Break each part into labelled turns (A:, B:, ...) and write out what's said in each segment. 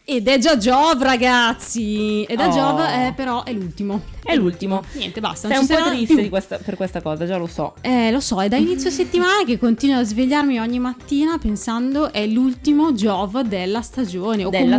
A: Ed è già Jove, ragazzi. Ed è Jove, però è l'ultimo.
B: È l'ultimo.
A: Niente, basta.
B: Sei un po' triste per questa cosa, già lo so.
A: Lo so, è da inizio settimana che continuo a svegliarmi ogni mattina pensando è l'ultimo Jove della stagione. O
B: della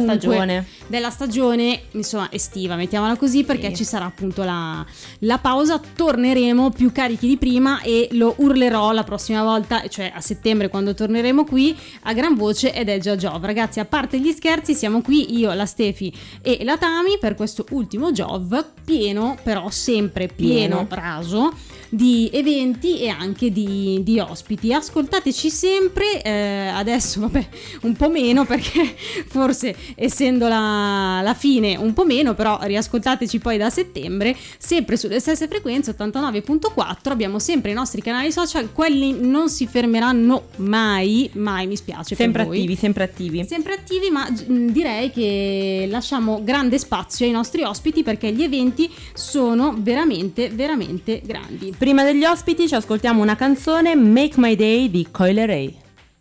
A: stagione, insomma, estiva, mettiamola così, perché ci sarà appunto la pausa. Torneremo più carichi di prima e lo urlerò la prossima volta, cioè a settembre quando torneremo qui a gran voce, ed è già Jove. Ragazzi, a parte gli scherzi, siamo qui io, la Stefi e la Tami per questo ultimo Jove pieno, però sempre pieno raso di eventi e anche di ospiti. Ascoltateci sempre, adesso vabbè un po' meno perché forse essendo la fine un po' meno, però riascoltateci poi da settembre sempre sulle stesse frequenze 89.4. abbiamo sempre i nostri canali social, quelli non si fermeranno mai, mi spiace
B: sempre
A: per voi.
B: sempre attivi,
A: ma direi che lasciamo grande spazio ai nostri ospiti perché gli eventi sono veramente veramente grandi.
B: Prima degli ospiti ci ascoltiamo una canzone, Make My Day di Coi Leray.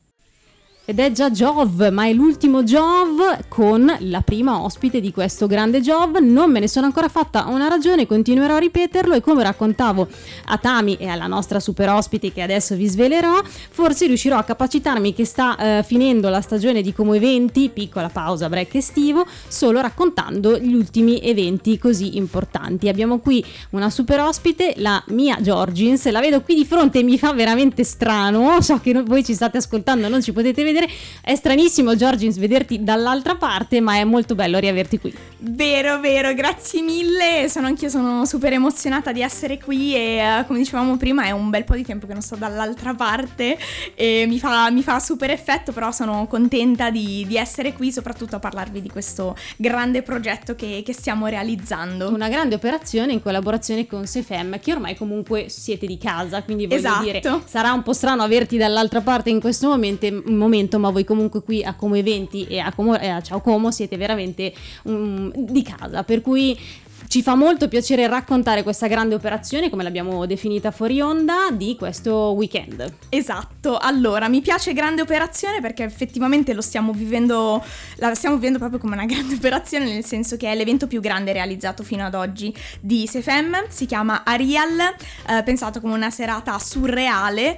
A: Ed è già Jove, ma è l'ultimo Jove con la prima ospite di questo grande Jove. Non me ne sono ancora fatta una ragione, continuerò a ripeterlo, e come raccontavo a Tami e alla nostra super ospite che adesso vi svelerò, forse riuscirò a capacitarmi che sta finendo la stagione di Como Eventi, piccola pausa break estivo, solo raccontando gli ultimi eventi così importanti. Abbiamo qui una super ospite, la mia Georgins, la vedo qui di fronte e mi fa veramente strano, so che voi ci state ascoltando, non ci potete vedere. È stranissimo, Georgins, vederti dall'altra parte, ma è molto bello riaverti qui.
C: Vero, grazie mille. Sono super emozionata di essere qui e come dicevamo prima è un bel po' di tempo che non sto dall'altra parte e mi fa super effetto, però sono contenta di essere qui, soprattutto a parlarvi di questo grande progetto che stiamo realizzando.
A: Una grande operazione in collaborazione con SEFEM, che ormai comunque siete di casa, quindi voglio dire, sarà un po' strano averti dall'altra parte in questo momento, ma voi comunque qui a Como Eventi e a Ciao Como siete veramente di casa, per cui ci fa molto piacere raccontare questa grande operazione, come l'abbiamo definita fuori onda, di questo weekend.
C: Esatto, allora mi piace grande operazione perché effettivamente la stiamo vivendo proprio come una grande operazione, nel senso che è l'evento più grande realizzato fino ad oggi di SEFEM, si chiama Arial, pensato come una serata surreale,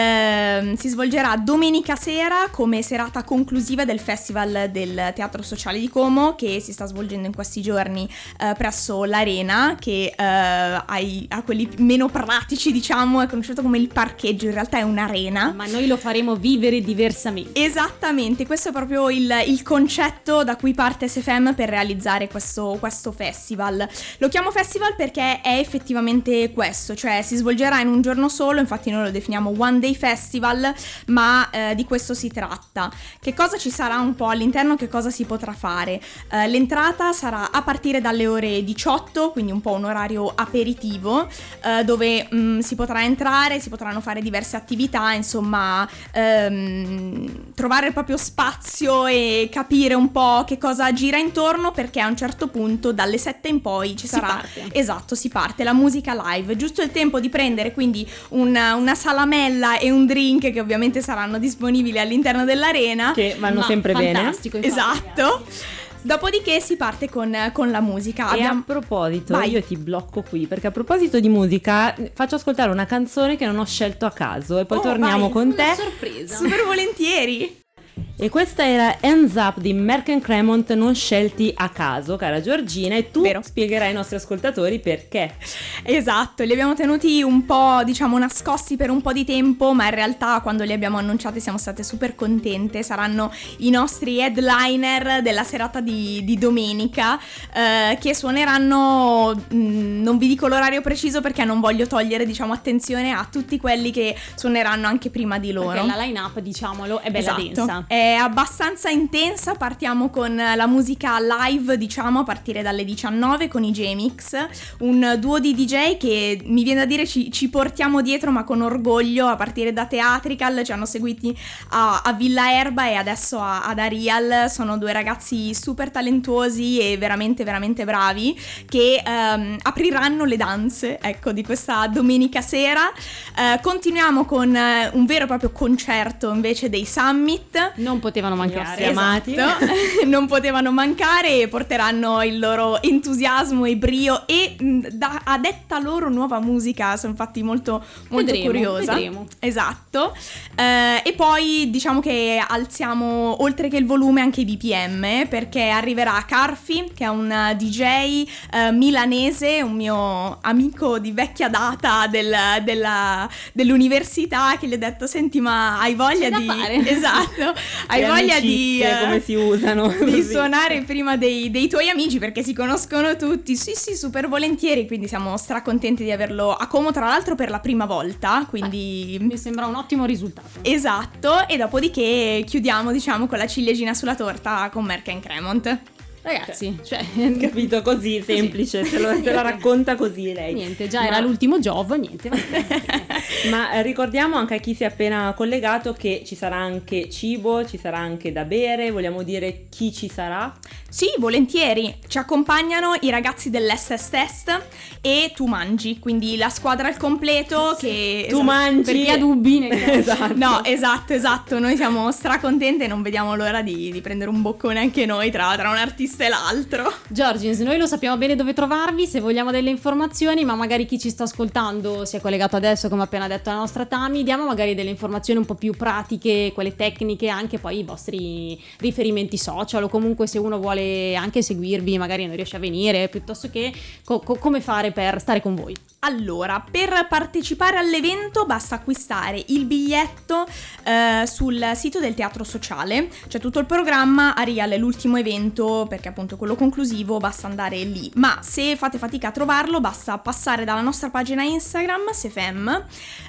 C: si svolgerà domenica sera come serata conclusiva del Festival del Teatro Sociale di Como, che si sta svolgendo in questi giorni presso l'Arena, che a quelli meno pratici diciamo è conosciuto come il parcheggio, in realtà è un'arena,
A: ma noi lo faremo vivere diversamente.
C: Esattamente, questo è proprio il concetto da cui parte SEFEM per realizzare questo festival. Lo chiamo festival perché è effettivamente questo, cioè si svolgerà in un giorno solo, infatti noi lo definiamo One Day Festival, ma di questo si tratta. Che cosa ci sarà un po' all'interno, che cosa si potrà fare? L'entrata sarà a partire dalle ore 18, quindi un po' un orario aperitivo, dove si potrà entrare, si potranno fare diverse attività, insomma trovare il proprio spazio e capire un po' che cosa gira intorno, perché a un certo punto dalle 7 in poi si parte la musica live, giusto il tempo di prendere quindi una salamella e un drink che ovviamente saranno disponibili all'interno dell'arena,
B: che vanno sempre bene.
C: Esatto. Dopodiché si parte con la musica.
B: E a proposito, io ti blocco qui perché a proposito di musica faccio ascoltare una canzone che non ho scelto a caso e poi torniamo con te.
A: Una sorpresa.
C: Super volentieri.
B: E questa era Hands Up di Merck & Cremont, non scelti a caso, cara Giorgina, e tu spiegherai ai nostri ascoltatori perché.
C: Esatto, li abbiamo tenuti un po', diciamo, nascosti per un po' di tempo, ma in realtà quando li abbiamo annunciati siamo state super contente. Saranno i nostri headliner della serata di domenica, che suoneranno, non vi dico l'orario preciso perché non voglio togliere, diciamo, attenzione a tutti quelli che suoneranno anche prima di loro.
A: Perché la line-up, diciamolo, è bella densa.
C: È abbastanza intensa, partiamo con la musica live, diciamo, a partire dalle 19 con i J-Mix, un duo di DJ che mi viene da dire ci portiamo dietro ma con orgoglio, a partire da Theatrical, ci hanno seguiti a Villa Erba e adesso ad Arial. Sono due ragazzi super talentuosi e veramente veramente bravi che apriranno le danze, ecco, di questa domenica sera. Continuiamo con un vero e proprio concerto invece dei Summit.
A: Non non potevano mancare.
B: Amati.
C: Esatto. Non potevano mancare e porteranno il loro entusiasmo e brio e a detta loro nuova musica. Sono infatti molto curiosa.
A: Vedremo.
C: Esatto. E poi diciamo che alziamo oltre che il volume anche i BPM, perché arriverà Carfi, che è un DJ milanese, un mio amico di vecchia data dell'università, che gli ho detto: senti, ma hai voglia di esatto, hai voglia di
B: come si usano
C: di suonare prima dei tuoi amici, perché si conoscono tutti? Sì, super volentieri, quindi siamo stracontenti di averlo a Como, tra l'altro per la prima volta, quindi
A: mi sembra un ottimo risultato.
C: Esatto, e dopodiché chiudiamo, diciamo, con la ciliegina sulla torta con Merck & Cremont.
A: Ragazzi, cioè,
B: capito, così semplice, te la racconta così lei.
A: Niente, già era l'ultimo job, niente.
B: Ma ricordiamo anche a chi si è appena collegato che ci sarà anche cibo, ci sarà anche da bere. Vogliamo dire chi ci sarà?
C: Sì, volentieri. Ci accompagnano i ragazzi dell'SS Test e Tu Mangi, quindi la squadra al completo che...
B: Tu mangi!
A: Per chi ha dubbi.
C: Esatto. No, esatto. Noi siamo stracontente e non vediamo l'ora di prendere un boccone anche noi tra un artista e l'altro.
A: Georgins, noi lo sappiamo bene dove trovarvi se vogliamo delle informazioni, ma magari chi ci sta ascoltando si è collegato adesso, come appena detto la nostra Tami, diamo magari delle informazioni un po' più pratiche, quelle tecniche, anche poi i vostri riferimenti social, o comunque se uno vuole anche seguirvi, magari non riesce a venire, piuttosto che come fare per stare con voi.
C: Allora, per partecipare all'evento basta acquistare il biglietto sul sito del Teatro Sociale, c'è tutto il programma. Arial è l'ultimo evento, perché appunto quello conclusivo, basta andare lì, ma se fate fatica a trovarlo basta passare dalla nostra pagina Instagram SFM,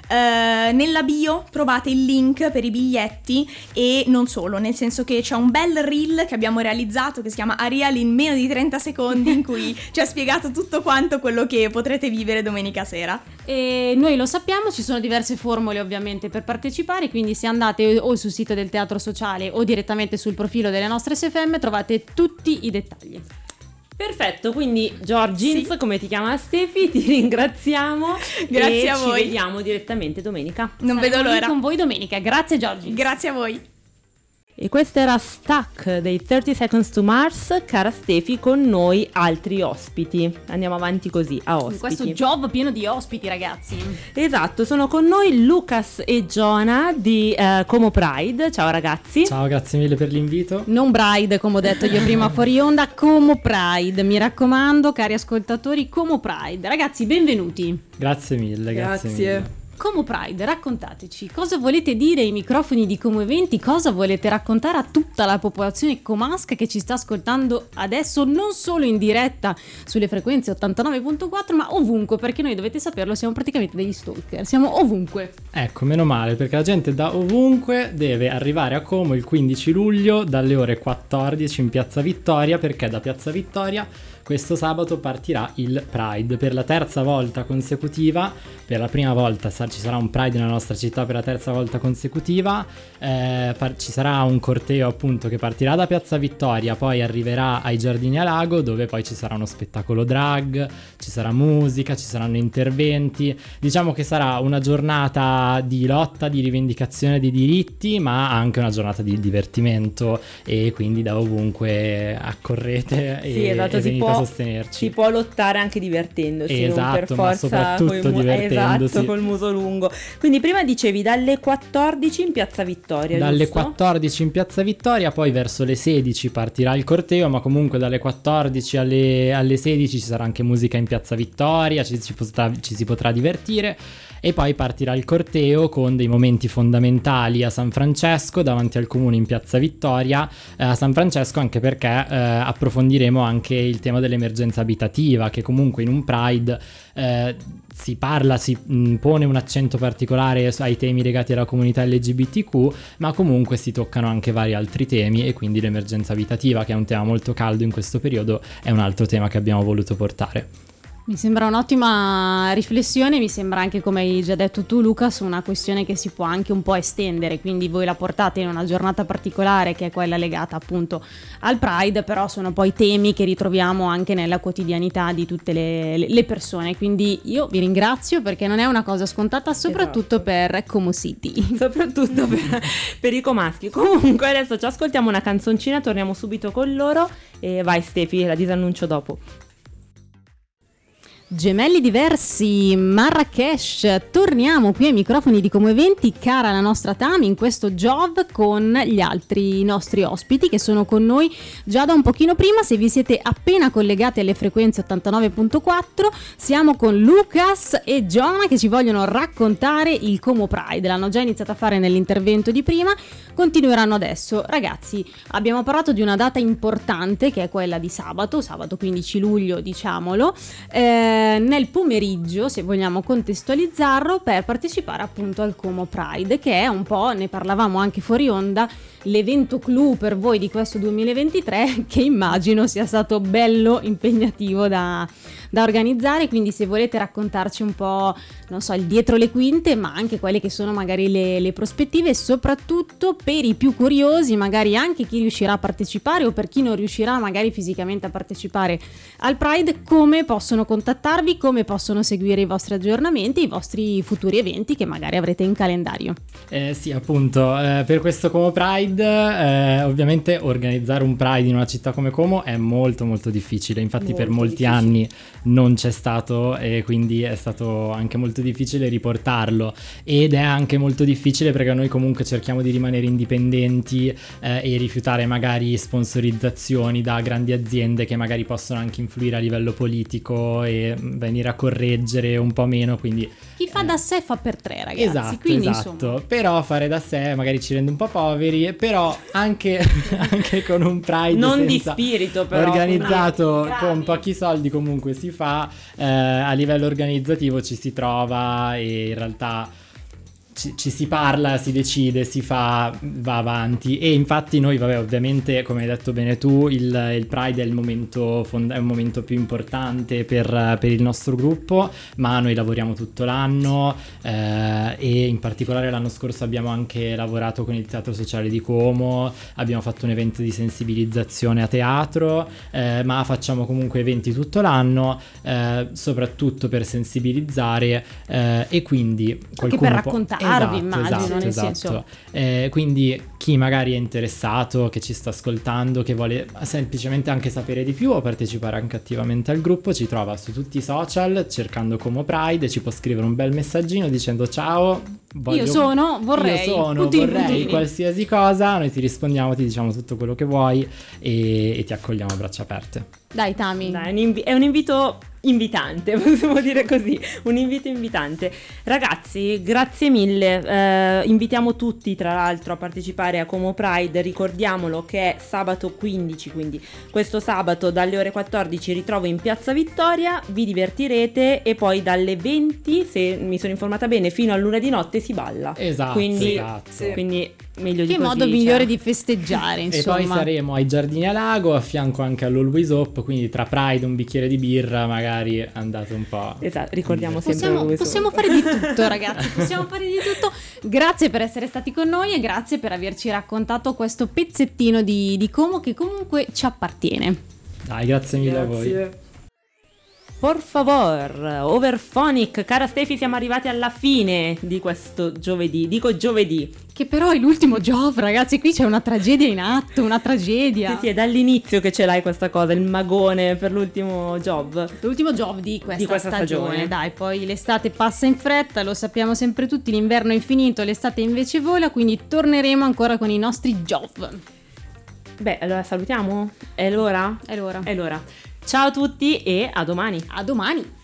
C: nella bio trovate il link per i biglietti, e non solo, nel senso che c'è un bel reel che abbiamo realizzato che si chiama Arial in meno di 30 secondi, in cui ci ha spiegato tutto quanto quello che potrete vivere domenica sera.
A: E noi lo sappiamo, ci sono diverse formule ovviamente per partecipare, quindi se andate o sul sito del Teatro Sociale o direttamente sul profilo delle nostre SFM trovate tutti i dettagli.
B: Perfetto, quindi Georgins, sì, come ti chiama Stefi, ti ringraziamo.
C: Grazie a voi.
B: Ci vediamo direttamente domenica.
C: Non vedo l'ora.
A: Con voi domenica. Grazie Georgins.
C: Grazie a voi.
B: E questo era Stuck dei 30 Seconds to Mars, cara Stefi, con noi altri ospiti. Andiamo avanti così, a ospiti.
A: In questo job pieno di ospiti, ragazzi.
B: Esatto, sono con noi Lucas e Giona di Como Pride. Ciao ragazzi.
D: Ciao, grazie mille per l'invito.
A: Non Bride, come ho detto io prima fuori onda, Como Pride. Mi raccomando, cari ascoltatori, Como Pride. Ragazzi, benvenuti.
D: Grazie mille, grazie mille.
A: Como Pride, raccontateci cosa volete dire ai microfoni di Como Eventi, cosa volete raccontare a tutta la popolazione comasca che ci sta ascoltando adesso, non solo in diretta sulle frequenze 89.4 ma ovunque, perché noi, dovete saperlo, siamo praticamente degli stalker, siamo ovunque.
D: Ecco, meno male, perché la gente da ovunque deve arrivare a Como il 15 luglio dalle ore 14 in Piazza Vittoria, perché da Piazza Vittoria questo sabato partirà il Pride per la terza volta consecutiva. Per la prima volta ci sarà un Pride nella nostra città per la terza volta consecutiva. Ci sarà un corteo appunto che partirà da Piazza Vittoria, poi arriverà ai Giardini a Lago, dove poi ci sarà uno spettacolo drag, ci sarà musica, ci saranno interventi. Diciamo che sarà una giornata di lotta, di rivendicazione dei diritti, ma anche una giornata di divertimento, e quindi da ovunque accorrete
B: sì, esatto,
D: e venite a sostenerci.
B: Si può lottare anche divertendosi,
D: esatto,
B: non per forza,
D: ma soprattutto divertendosi.
B: Esatto, col muso lungo. Quindi prima dicevi dalle 14 in Piazza Vittoria,
D: dalle
B: giusto?
D: 14 in Piazza Vittoria, poi verso le 16 partirà il corteo, ma comunque dalle 14 alle 16 ci sarà anche musica in Piazza Vittoria, ci si potrà divertire. E poi partirà il corteo con dei momenti fondamentali a San Francesco, davanti al comune in Piazza Vittoria. A San Francesco anche perché approfondiremo anche il tema dell'emergenza abitativa, che comunque in un Pride si pone un accento particolare ai temi legati alla comunità LGBTQ, ma comunque si toccano anche vari altri temi, e quindi l'emergenza abitativa, che è un tema molto caldo in questo periodo, è un altro tema che abbiamo voluto portare.
A: Mi sembra un'ottima riflessione, mi sembra anche, come hai già detto tu Luca, su una questione che si può anche un po' estendere, quindi voi la portate in una giornata particolare che è quella legata appunto al Pride, però sono poi temi che ritroviamo anche nella quotidianità di tutte le persone, quindi io vi ringrazio perché non è una cosa scontata, soprattutto per Como City.
B: Soprattutto per i comaschi. Comunque adesso ci ascoltiamo una canzoncina, torniamo subito con loro e vai Stefi, la disannuncio dopo.
A: Gemelli diversi, Marrakesh, torniamo qui ai microfoni di Como Eventi, cara la nostra Tami, in questo Jov con gli altri nostri ospiti che sono con noi già da un pochino prima. Se vi siete appena collegati alle frequenze 89.4, siamo con Lucas e Giona che ci vogliono raccontare il Como Pride. L'hanno già iniziato a fare nell'intervento di prima, continueranno adesso. Ragazzi, abbiamo parlato di una data importante che è quella di sabato 15 luglio, diciamolo, nel pomeriggio, se vogliamo contestualizzarlo, per partecipare appunto al Como Pride, che è un po', ne parlavamo anche fuori onda, l'evento clou per voi di questo 2023, che immagino sia stato bello impegnativo da organizzare. Quindi se volete raccontarci un po', non so, il dietro le quinte, ma anche quelle che sono magari le prospettive, soprattutto per i più curiosi, magari anche chi riuscirà a partecipare o per chi non riuscirà magari fisicamente a partecipare al Pride, come possono contattarvi, come possono seguire i vostri aggiornamenti, i vostri futuri eventi che magari avrete in calendario.
D: Sì, appunto, per questo Como Pride, ovviamente organizzare un Pride in una città come Como è molto molto difficile, infatti
B: molto
D: per molti
B: difficile.
D: anni non c'è stato e quindi è stato anche molto difficile riportarlo, ed è anche molto difficile perché noi comunque cerchiamo di rimanere indipendenti e rifiutare magari sponsorizzazioni da grandi aziende che magari possono anche influire a livello politico e venire a correggere un po' meno, quindi
A: Chi fa da sé fa per tre, ragazzi.
D: esatto,
A: Quindi
D: esatto.
A: insomma,
D: Però fare da sé magari ci rende un po' poveri, però anche con un Pride
B: Non di
D: senza-
B: spirito, però,
D: organizzato
B: quindi,
D: con pochi soldi comunque si fa, a livello organizzativo ci si trova e in realtà ci si parla, si decide, si fa, va avanti. E infatti noi, vabbè, ovviamente come hai detto bene tu, il Pride è il momento è un momento più importante per il nostro gruppo, ma noi lavoriamo tutto l'anno, e in particolare l'anno scorso abbiamo anche lavorato con il Teatro Sociale di Como, abbiamo fatto un evento di sensibilizzazione a teatro, ma facciamo comunque eventi tutto l'anno, soprattutto per sensibilizzare, e quindi
A: anche per raccontarvi, immagino, nel senso.
D: Quindi chi magari è interessato, che ci sta ascoltando, che vuole semplicemente anche sapere di più o partecipare anche attivamente al gruppo, ci trova su tutti i social cercando Como Pride, ci può scrivere un bel messaggino dicendo ciao, vorrei qualsiasi cosa, noi ti rispondiamo, ti diciamo tutto quello che vuoi e ti accogliamo a braccia aperte.
A: Dai Tami.
B: Dai, è un invito invitante, possiamo dire così, un invito invitante. Ragazzi, grazie mille, invitiamo tutti tra l'altro a partecipare a Como Pride, ricordiamolo che è sabato 15, quindi questo sabato dalle ore 14 ritrovo in Piazza Vittoria, vi divertirete e poi dalle 20, se mi sono informata bene, fino a lunedì notte si balla.
D: Esatto,
B: quindi,
D: esatto.
B: quindi meglio di
A: Che
B: così.
A: modo migliore di festeggiare, insomma.
D: E poi saremo ai Giardini a Lago, a fianco anche all'Always Up, quindi tra Pride un bicchiere di birra magari andate un po'.
B: Esatto, ricordiamo sempre
A: Possiamo fare di tutto, ragazzi, possiamo fare di tutto. Grazie per essere stati con noi e grazie per averci raccontato questo pezzettino di Como che comunque ci appartiene.
D: Dai, grazie mille a voi.
B: Por favor, Overphonic, cara Stefi, siamo arrivati alla fine di questo giovedì, dico giovedì.
A: Che però è l'ultimo Jov, ragazzi, qui c'è una tragedia in atto, una tragedia.
B: Sì, è dall'inizio che ce l'hai questa cosa, il magone per l'ultimo job.
A: L'ultimo Jov di questa
B: stagione.
A: Dai, poi l'estate passa in fretta, lo sappiamo sempre tutti, l'inverno è finito, l'estate invece vola, quindi torneremo ancora con i nostri Jov.
B: Beh, allora salutiamo? È l'ora?
A: È l'ora.
B: È l'ora. Ciao a tutti e a domani.
A: A domani.